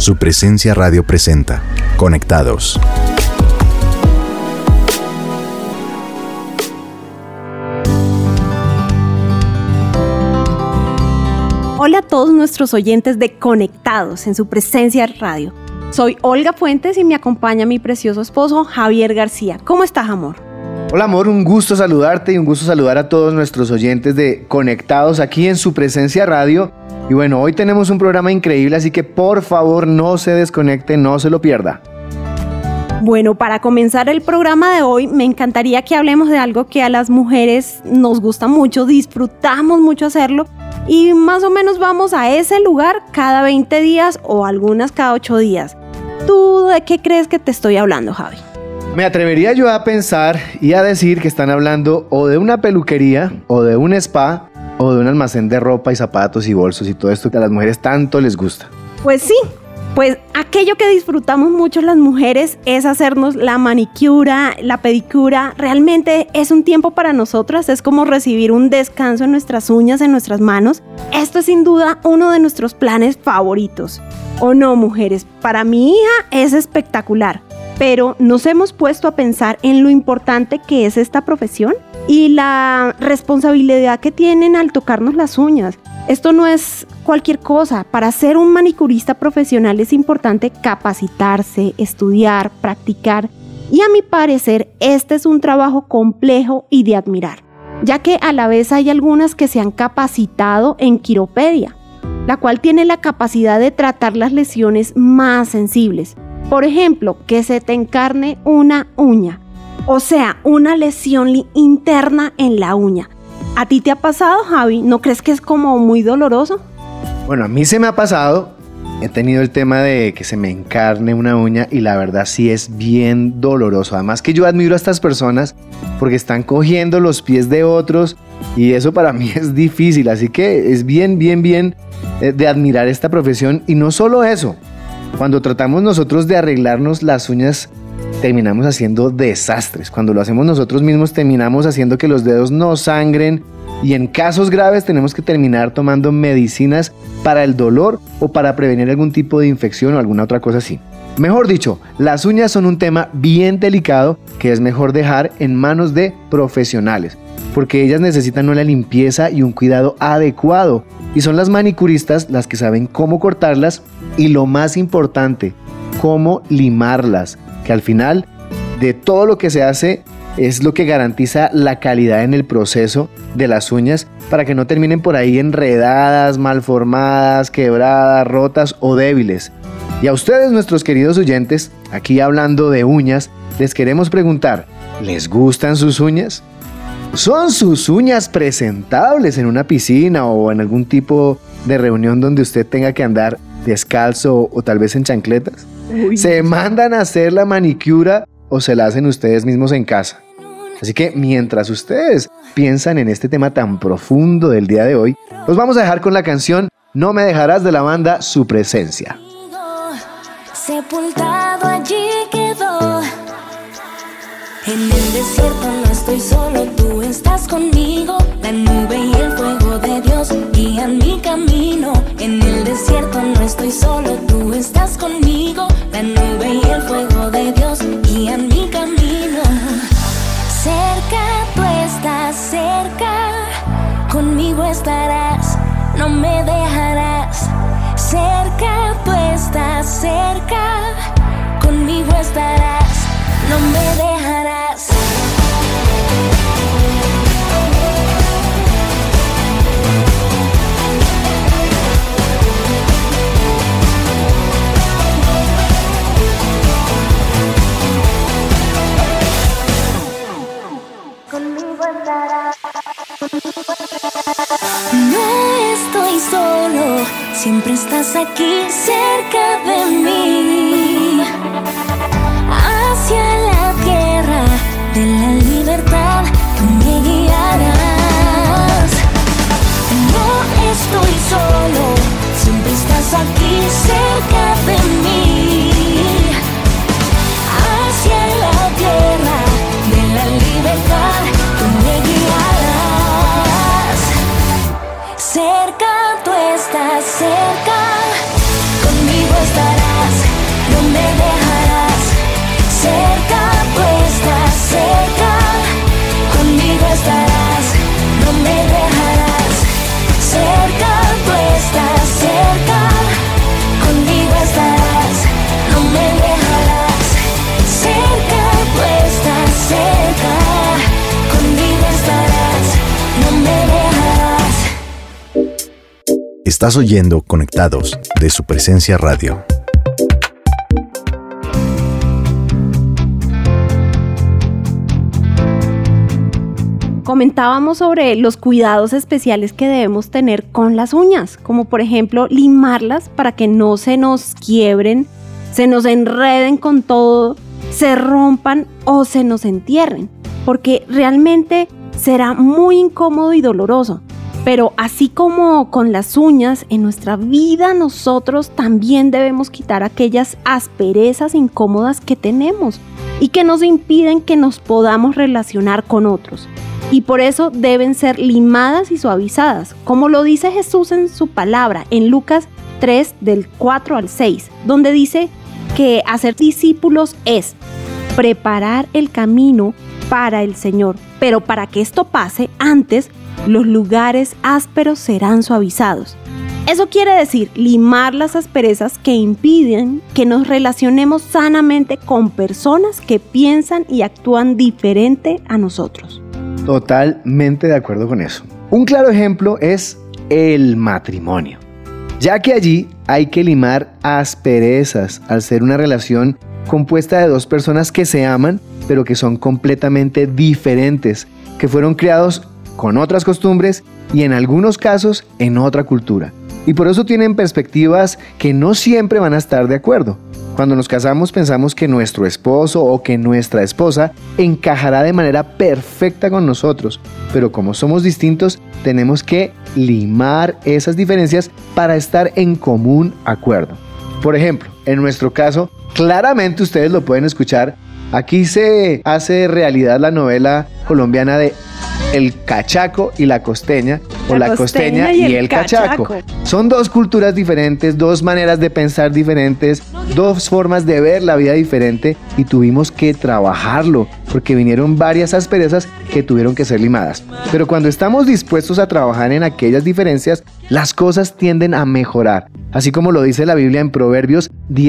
Su Presencia Radio presenta Conectados. Hola a todos nuestros oyentes de Conectados en Su Presencia Radio. Soy Olga Fuentes y me acompaña mi precioso esposo Javier García. ¿Cómo estás, amor? Hola, amor, un gusto saludarte y un gusto saludar a todos nuestros oyentes de Conectados aquí en Su Presencia Radio. Y bueno, hoy tenemos un programa increíble, así que por favor no se desconecte, no se lo pierda. Bueno, para comenzar el programa de hoy, me encantaría que hablemos de algo que a las mujeres nos gusta mucho, disfrutamos mucho hacerlo y más o menos vamos a ese lugar cada 20 días o algunas cada 8 días. ¿Tú de qué crees que te estoy hablando, Javi? Me atrevería yo a pensar y a decir que están hablando o de una peluquería o de un spa o de un almacén de ropa y zapatos y bolsos y todo esto que a las mujeres tanto les gusta. Pues sí, pues aquello que disfrutamos mucho las mujeres es hacernos la manicura, la pedicura. Realmente es un tiempo para nosotras, es como recibir un descanso en nuestras uñas, en nuestras manos. Esto es sin duda uno de nuestros planes favoritos. ¿O no, mujeres? Para mi hija es espectacular, pero ¿nos hemos puesto a pensar en lo importante que es esta profesión? Y la responsabilidad que tienen al tocarnos las uñas. Esto no es cualquier cosa. Para ser un manicurista profesional es importante capacitarse, estudiar, practicar. Y a mi parecer, este es un trabajo complejo y de admirar, ya que a la vez hay algunas que se han capacitado en quiropedia, la cual tiene la capacidad de tratar las lesiones más sensibles. Por ejemplo, que se te encarne una uña. O sea, una lesión interna en la uña. ¿A ti te ha pasado, Javi? ¿No crees que es como muy doloroso? Bueno, a mí se me ha pasado. He tenido el tema de que se me encarne una uña y la verdad sí es bien doloroso. Además que yo admiro a estas personas porque están cogiendo los pies de otros y eso para mí es difícil. Así que es bien de admirar esta profesión. Y no solo eso, cuando tratamos nosotros de arreglarnos las uñas, terminamos haciendo desastres. Cuando lo hacemos nosotros mismos, terminamos haciendo que los dedos no sangren y en casos graves tenemos que terminar tomando medicinas para el dolor o para prevenir algún tipo de infección o alguna otra cosa así. Mejor dicho, las uñas son un tema bien delicado que es mejor dejar en manos de profesionales, porque ellas necesitan una limpieza y un cuidado adecuado y son las manicuristas las que saben cómo cortarlas y lo más importante, cómo limarlas, que al final de todo lo que se hace es lo que garantiza la calidad en el proceso de las uñas para que no terminen por ahí enredadas, malformadas, quebradas, rotas o débiles. Y a ustedes, nuestros queridos oyentes, aquí hablando de uñas, les queremos preguntar, ¿les gustan sus uñas? ¿Son sus uñas presentables en una piscina o en algún tipo de reunión donde usted tenga que andar descalzo o tal vez en chancletas? Uy. ¿Se mandan a hacer la manicura o se la hacen ustedes mismos en casa? Así que mientras ustedes piensan en este tema tan profundo del día de hoy, los vamos a dejar con la canción No me dejarás de la banda Su Presencia. Sepultado allí quedó. En el desierto no estoy solo, tú estás conmigo. La nube y el fuego de Dios guían mi camino. En el desierto no estoy solo, tú estás conmigo. La nube y el fuego de Dios guían mi camino. Cerca, tú estás cerca, conmigo estarás, no me dejarás. Cerca, tú estás cerca, conmigo estarás, no me dejarás. No estoy solo, siempre estás aquí cerca de mí. Hacia la tierra de la libertad tú me guiarás. No estoy solo, siempre estás aquí cerca de mí. Hacia la tierra de la libertad tú me guiarás. Cerca, tú estás cerca, conmigo estarás. dejarás, no me dejarás. Cerca tú estás, cerca, conmigo estarás, no me dejarás. Cerca tú estás, cerca, conmigo estarás, no me dejarás. Cerca tú estás, cerca, conmigo estarás, no me dejarás. Estás oyendo Conectados de Su Presencia Radio. Comentábamos sobre los cuidados especiales que debemos tener con las uñas, como por ejemplo limarlas para que no se nos quiebren, se nos enreden con todo, se rompan o se nos entierren, porque realmente será muy incómodo y doloroso. Pero así como con las uñas, en nuestra vida nosotros también debemos quitar aquellas asperezas incómodas que tenemos y que nos impiden que nos podamos relacionar con otros. Y por eso deben ser limadas y suavizadas, como lo dice Jesús en su palabra, en Lucas 3, del 4 al 6, donde dice que hacer discípulos es preparar el camino para el Señor. Pero para que esto pase, antes los lugares ásperos serán suavizados. Eso quiere decir limar las asperezas que impiden que nos relacionemos sanamente con personas que piensan y actúan diferente a nosotros. Totalmente de acuerdo con eso. Un claro ejemplo es el matrimonio, ya que allí hay que limar asperezas al ser una relación compuesta de dos personas que se aman, pero que son completamente diferentes, que fueron criados con otras costumbres y en algunos casos en otra cultura. Y por eso tienen perspectivas que no siempre van a estar de acuerdo. Cuando nos casamos pensamos que nuestro esposo o que nuestra esposa encajará de manera perfecta con nosotros, pero como somos distintos tenemos que limar esas diferencias para estar en común acuerdo. Por ejemplo, en nuestro caso, claramente ustedes lo pueden escuchar, aquí se hace realidad la novela colombiana de El Cachaco y la Costeña, o la costeña y el cachaco. Son dos culturas diferentes, dos maneras de pensar diferentes, dos formas de ver la vida diferente y tuvimos que trabajarlo porque vinieron varias asperezas que tuvieron que ser limadas. Pero cuando estamos dispuestos a trabajar en aquellas diferencias, las cosas tienden a mejorar. Así como lo dice la Biblia en Proverbios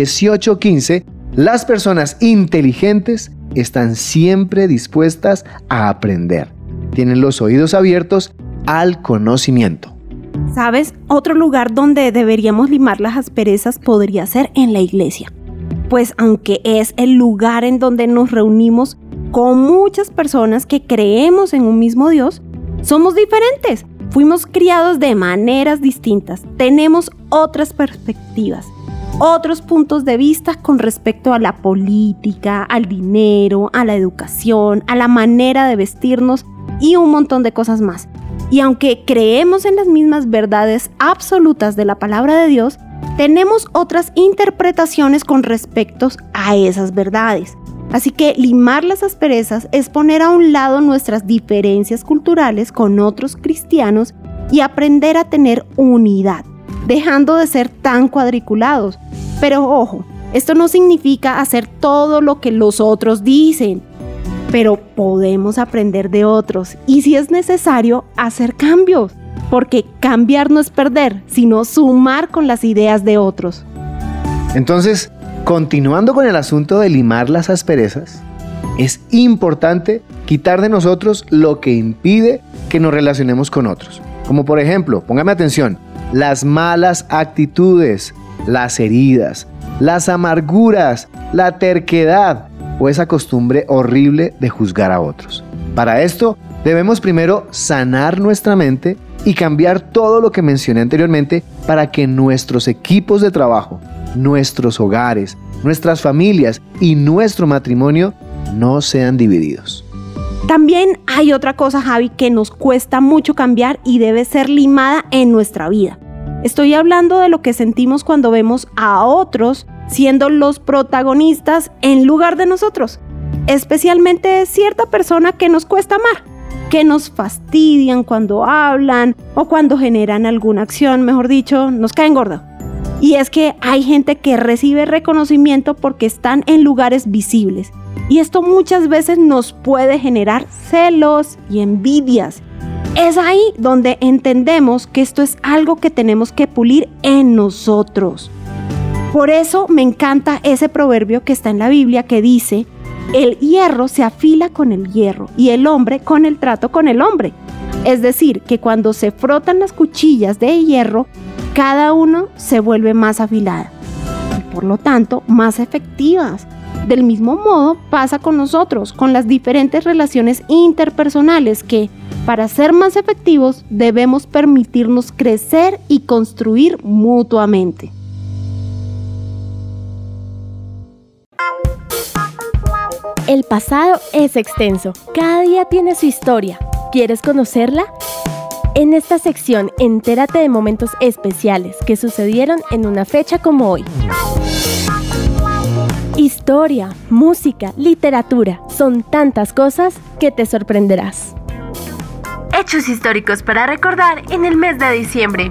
18:15, las personas inteligentes están siempre dispuestas a aprender. Tienen los oídos abiertos al conocimiento. ¿Sabes? Otro lugar donde deberíamos limar las asperezas podría ser en la iglesia. Pues aunque es el lugar en donde nos reunimos con muchas personas que creemos en un mismo Dios, somos diferentes. Fuimos criados de maneras distintas. Tenemos otras perspectivas, otros puntos de vista con respecto a la política, al dinero, a la educación, a la manera de vestirnos y un montón de cosas más. Y aunque creemos en las mismas verdades absolutas de la palabra de Dios, tenemos otras interpretaciones con respecto a esas verdades. Así que limar las asperezas es poner a un lado nuestras diferencias culturales con otros cristianos y aprender a tener unidad, dejando de ser tan cuadriculados. Pero ojo, esto no significa hacer todo lo que los otros dicen, pero podemos aprender de otros y si es necesario hacer cambios, porque cambiar no es perder, sino sumar con las ideas de otros. Entonces, continuando con el asunto de limar las asperezas, es importante quitar de nosotros lo que impide que nos relacionemos con otros. Como por ejemplo, póngame atención, las malas actitudes, las heridas, las amarguras, la terquedad o esa costumbre horrible de juzgar a otros. Para esto, debemos primero sanar nuestra mente y cambiar todo lo que mencioné anteriormente para que nuestros equipos de trabajo, nuestros hogares, nuestras familias y nuestro matrimonio no sean divididos. También hay otra cosa, Javi, que nos cuesta mucho cambiar y debe ser limada en nuestra vida. Estoy hablando de lo que sentimos cuando vemos a otros siendo los protagonistas en lugar de nosotros, especialmente cierta persona que nos cuesta amar, que nos fastidian cuando hablan o cuando generan alguna acción, mejor dicho, nos caen gordo. Y es que hay gente que recibe reconocimiento porque están en lugares visibles. Y esto muchas veces nos puede generar celos y envidias. Es ahí donde entendemos que esto es algo que tenemos que pulir en nosotros. Por eso me encanta ese proverbio que está en la Biblia que dice: el hierro se afila con el hierro y el hombre con el trato con el hombre. Es decir, que cuando se frotan las cuchillas de hierro, cada uno se vuelve más afilada y por lo tanto más efectivas. Del mismo modo pasa con nosotros, con las diferentes relaciones interpersonales que, para ser más efectivos, debemos permitirnos crecer y construir mutuamente. El pasado es extenso, cada día tiene su historia. ¿Quieres conocerla? En esta sección, entérate de momentos especiales que sucedieron en una fecha como hoy. Historia, música, literatura, son tantas cosas que te sorprenderás. Hechos históricos para recordar en el mes de diciembre.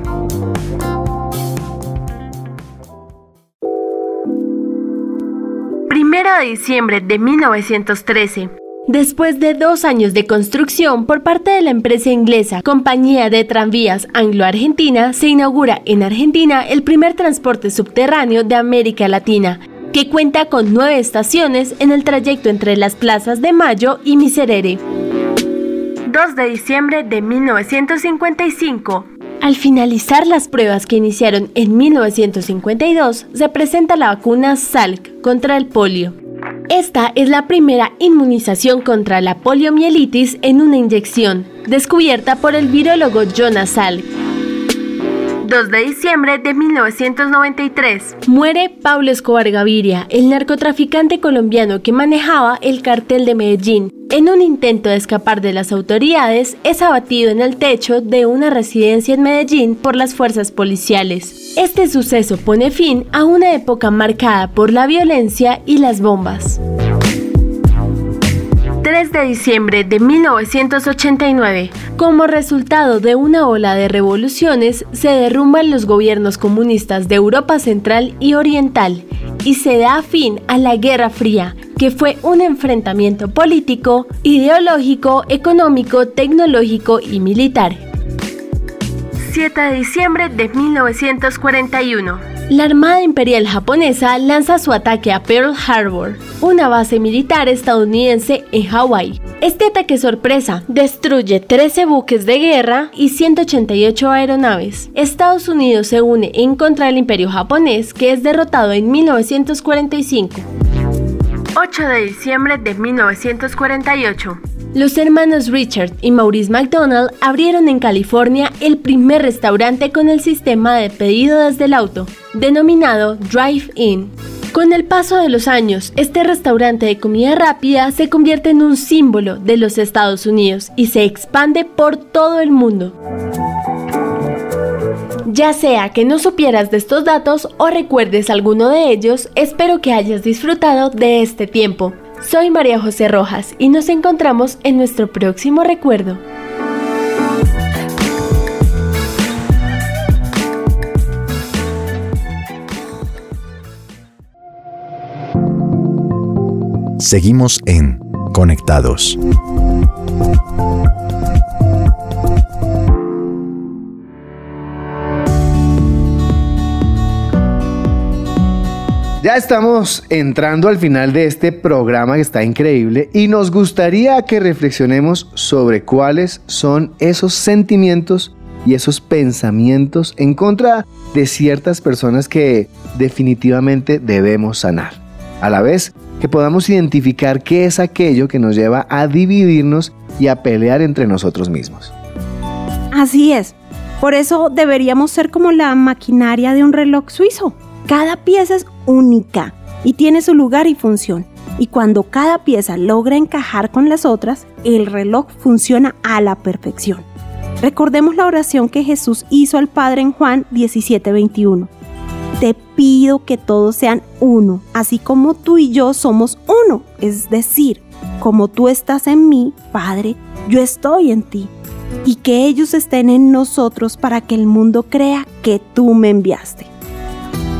Primero de diciembre de 1913. Después de 2 años de construcción por parte de la empresa inglesa Compañía de Tranvías Anglo-Argentina, se inaugura en Argentina el primer transporte subterráneo de América Latina, que cuenta con 9 estaciones en el trayecto entre las plazas de Mayo y Miserere. 2 de diciembre de 1955. Al finalizar las pruebas que iniciaron en 1952, se presenta la vacuna Salk contra el polio. Esta es la primera inmunización contra la poliomielitis en una inyección, descubierta por el virólogo Jonas Salk. 2 de diciembre de 1993. Muere Pablo Escobar Gaviria, el narcotraficante colombiano que manejaba el cartel de Medellín. En un intento de escapar de las autoridades, es abatido en el techo de una residencia en Medellín por las fuerzas policiales. Este suceso pone fin a una época marcada por la violencia y las bombas. 3 de diciembre de 1989. Como resultado de una ola de revoluciones, se derrumban los gobiernos comunistas de Europa Central y Oriental y se da fin a la Guerra Fría, que fue un enfrentamiento político, ideológico, económico, tecnológico y militar. 7 de diciembre de 1941. La Armada Imperial Japonesa lanza su ataque a Pearl Harbor, una base militar estadounidense en Hawái. Este ataque sorpresa destruye 13 buques de guerra y 188 aeronaves. Estados Unidos se une en contra del Imperio japonés, que es derrotado en 1945. 8 de diciembre de 1948. Los hermanos Richard y Maurice McDonald abrieron en California el primer restaurante con el sistema de pedido desde el auto, denominado Drive-In. Con el paso de los años, este restaurante de comida rápida se convierte en un símbolo de los Estados Unidos y se expande por todo el mundo. Ya sea que no supieras de estos datos o recuerdes alguno de ellos, espero que hayas disfrutado de este tiempo. Soy María José Rojas y nos encontramos en nuestro próximo recuerdo. Seguimos en Conectados. Ya estamos entrando al final de este programa que está increíble y nos gustaría que reflexionemos sobre cuáles son esos sentimientos y esos pensamientos en contra de ciertas personas que definitivamente debemos sanar. A la vez que podamos identificar qué es aquello que nos lleva a dividirnos y a pelear entre nosotros mismos. Así es. Por eso deberíamos ser como la maquinaria de un reloj suizo. Cada pieza es única y tiene su lugar y función. Y cuando cada pieza logra encajar con las otras, el reloj funciona a la perfección. Recordemos la oración que Jesús hizo al Padre en Juan 17:21. Te pido que todos sean uno, así como tú y yo somos uno. Es decir, como tú estás en mí, Padre, yo estoy en ti. Y que ellos estén en nosotros para que el mundo crea que tú me enviaste.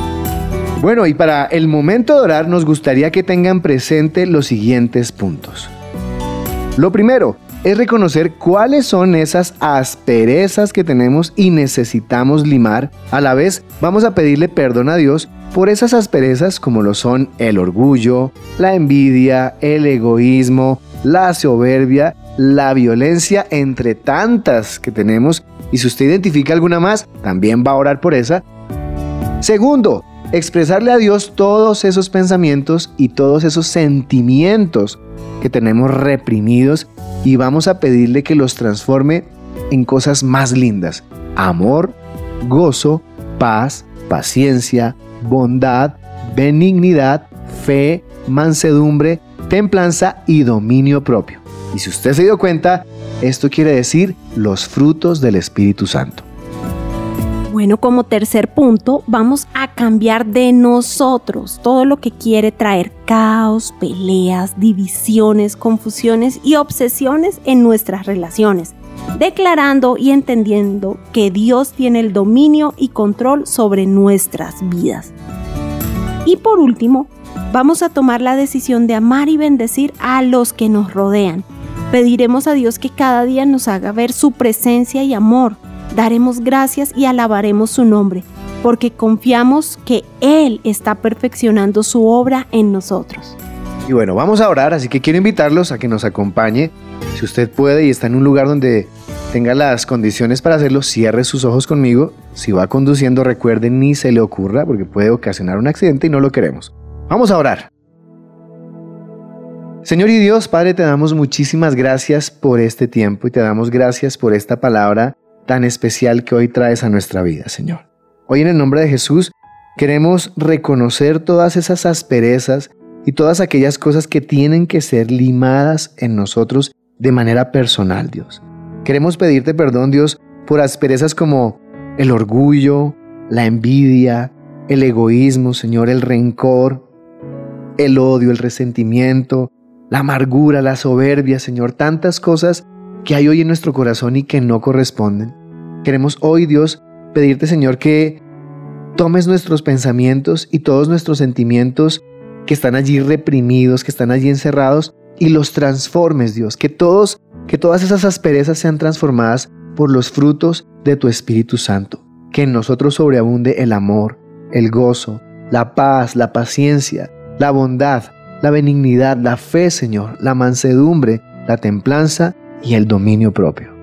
Bueno, y para el momento de orar nos gustaría que tengan presente los siguientes puntos. Lo primero es reconocer cuáles son esas asperezas que tenemos y necesitamos limar. A la vez, vamos a pedirle perdón a Dios por esas asperezas como lo son el orgullo, la envidia, el egoísmo, la soberbia, la violencia, entre tantas que tenemos. Y si usted identifica alguna más, también va a orar por esa. Segundo, expresarle a Dios todos esos pensamientos y todos esos sentimientos que tenemos reprimidos y vamos a pedirle que los transforme en cosas más lindas: amor, gozo, paz, paciencia, bondad, benignidad, fe, mansedumbre, templanza y dominio propio. Y si usted se dio cuenta, esto quiere decir los frutos del Espíritu Santo. Bueno, como tercer punto, vamos a cambiar de nosotros todo lo que quiere traer caos, peleas, divisiones, confusiones y obsesiones en nuestras relaciones, declarando y entendiendo que Dios tiene el dominio y control sobre nuestras vidas. Y por último, vamos a tomar la decisión de amar y bendecir a los que nos rodean. Pediremos a Dios que cada día nos haga ver su presencia y amor. Daremos gracias y alabaremos su nombre, porque confiamos que Él está perfeccionando su obra en nosotros. Y bueno, vamos a orar, así que quiero invitarlos a que nos acompañe. Si usted puede y está en un lugar donde tenga las condiciones para hacerlo, cierre sus ojos conmigo. Si va conduciendo, recuerde, ni se le ocurra, porque puede ocasionar un accidente y no lo queremos. Vamos a orar. Señor y Dios, Padre, te damos muchísimas gracias por este tiempo y te damos gracias por esta palabra tan especial que hoy traes a nuestra vida, Señor. Hoy en el nombre de Jesús queremos reconocer todas esas asperezas y todas aquellas cosas que tienen que ser limadas en nosotros de manera personal, Dios. Queremos pedirte perdón, Dios, por asperezas como el orgullo, la envidia, el egoísmo, Señor, el rencor, el odio, el resentimiento, la amargura, la soberbia, Señor, tantas cosas que hay hoy en nuestro corazón y que no corresponden. Queremos hoy, Dios, pedirte, Señor, que tomes nuestros pensamientos y todos nuestros sentimientos que están allí reprimidos, que están allí encerrados, y los transformes, Dios, que todas esas asperezas sean transformadas por los frutos de tu Espíritu Santo, que en nosotros sobreabunde el amor, el gozo, la paz, la paciencia, la bondad, la benignidad, la fe, Señor, la mansedumbre, la templanza y el dominio propio.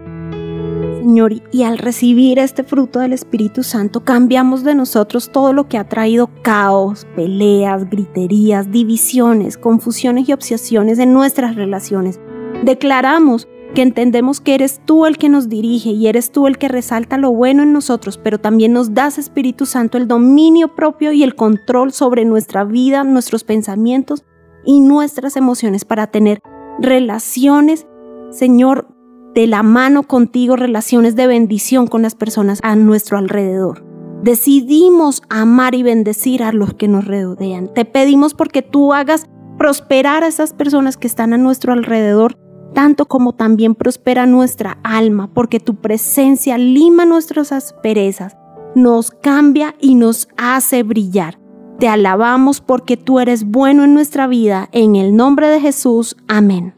Señor, y al recibir este fruto del Espíritu Santo, cambiamos de nosotros todo lo que ha traído caos, peleas, griterías, divisiones, confusiones y obsesiones en nuestras relaciones. Declaramos que entendemos que eres tú el que nos dirige y eres tú el que resalta lo bueno en nosotros, pero también nos das, Espíritu Santo, el dominio propio y el control sobre nuestra vida, nuestros pensamientos y nuestras emociones para tener relaciones, Señor, de la mano contigo, relaciones de bendición con las personas a nuestro alrededor. Decidimos amar y bendecir a los que nos rodean. Te pedimos porque tú hagas prosperar a esas personas que están a nuestro alrededor, tanto como también prospera nuestra alma, porque tu presencia lima nuestras asperezas, nos cambia y nos hace brillar. Te alabamos porque tú eres bueno en nuestra vida. En el nombre de Jesús. Amén.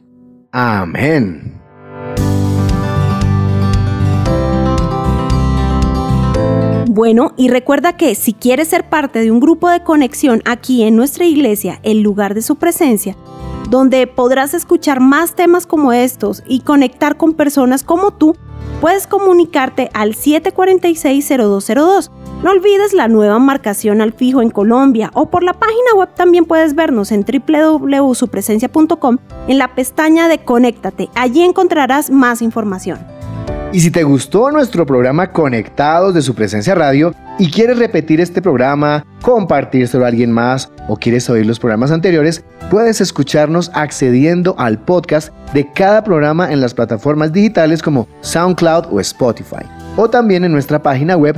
Amén. Bueno, y recuerda que si quieres ser parte de un grupo de conexión aquí en nuestra iglesia, el lugar de su presencia, donde podrás escuchar más temas como estos y conectar con personas como tú, puedes comunicarte al 746-0202. No olvides la nueva marcación al fijo en Colombia, o por la página web también puedes vernos en www.supresencia.com en la pestaña de Conéctate. Allí encontrarás más información. Y si te gustó nuestro programa Conectados de Su Presencia Radio y quieres repetir este programa, compartírselo a alguien más o quieres oír los programas anteriores, puedes escucharnos accediendo al podcast de cada programa en las plataformas digitales como SoundCloud o Spotify, o también en nuestra página web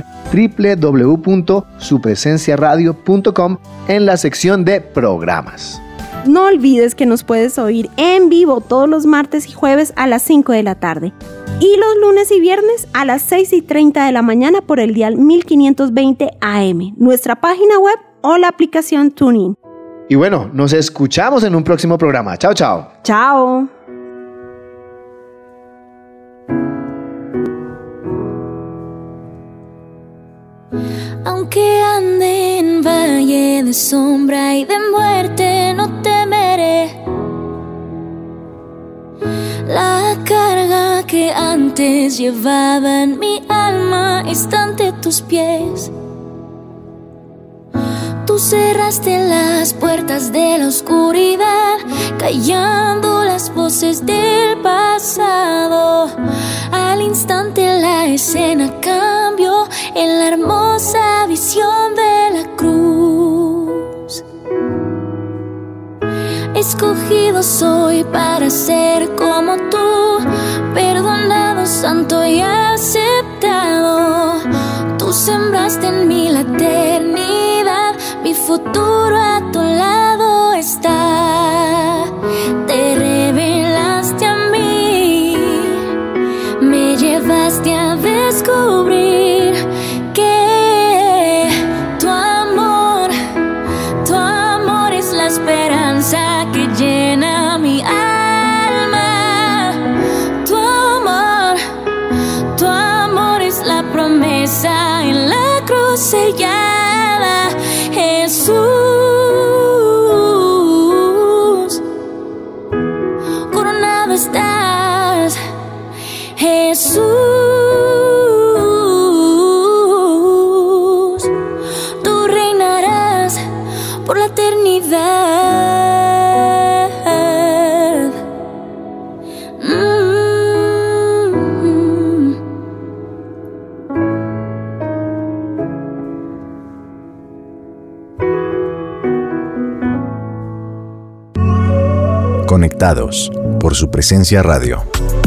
www.supresenciaradio.com en la sección de programas. No olvides que nos puedes oír en vivo todos los martes y jueves a las 5 de la tarde. Y los lunes y viernes a las 6:30 de la mañana por el dial 1520 AM, nuestra página web o la aplicación TuneIn. Y bueno, nos escuchamos en un próximo programa. Chao, chao. Chao. Aunque ande en valle de sombra y de muerte, no temeré. La carga que antes llevaba en mi alma está ante tus pies. Tú cerraste las puertas de la oscuridad, callando las voces del pasado. Al instante la escena cambió en la hermosa visión de la cruz. Escogido soy para ser como tú, perdonado, santo y aceptado. Tú sembraste en mí la eternidad, mi futuro a tu lado está. Te revelaste a mí, me llevaste a descubrir que tu amor es la esperanza que llena mi alma. Tu amor es la promesa en la cruz sellada. Jesús, coronado estás. Jesús, tú reinarás por la eternidad. Conectados por su presencia radio.